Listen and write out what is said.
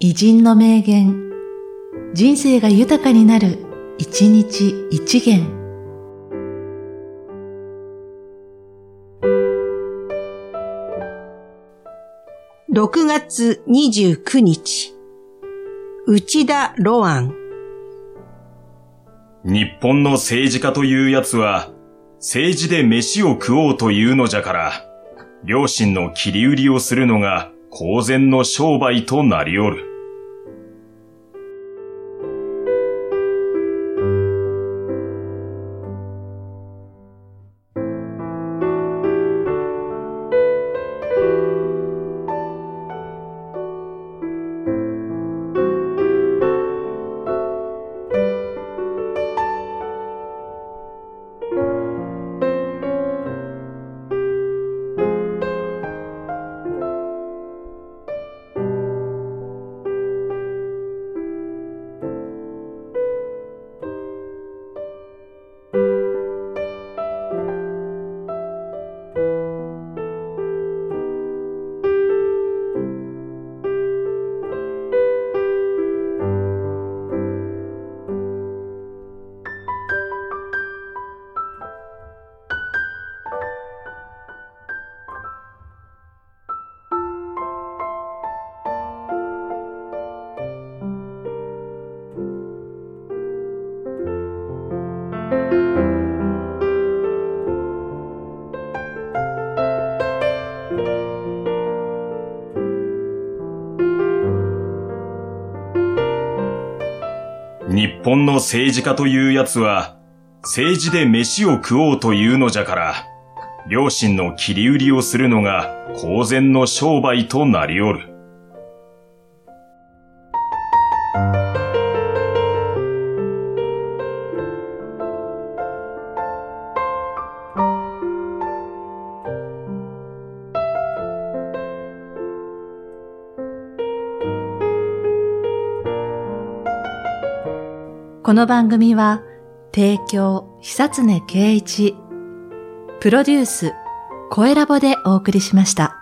偉人の名言、人生が豊かになる、一日一元。 6月29日、内田ロアン。 日本の政治家というやつは、政治で飯を食おうというのじゃから、良心の切り売りをするのが公然の商売となりおる。日本の政治家というやつは、政治で飯を食おうというのじゃから、良心の切り売りをするのが公然の商売となりおる。 この番組は、提供、久常圭一、プロデュース、声ラボでお送りしました。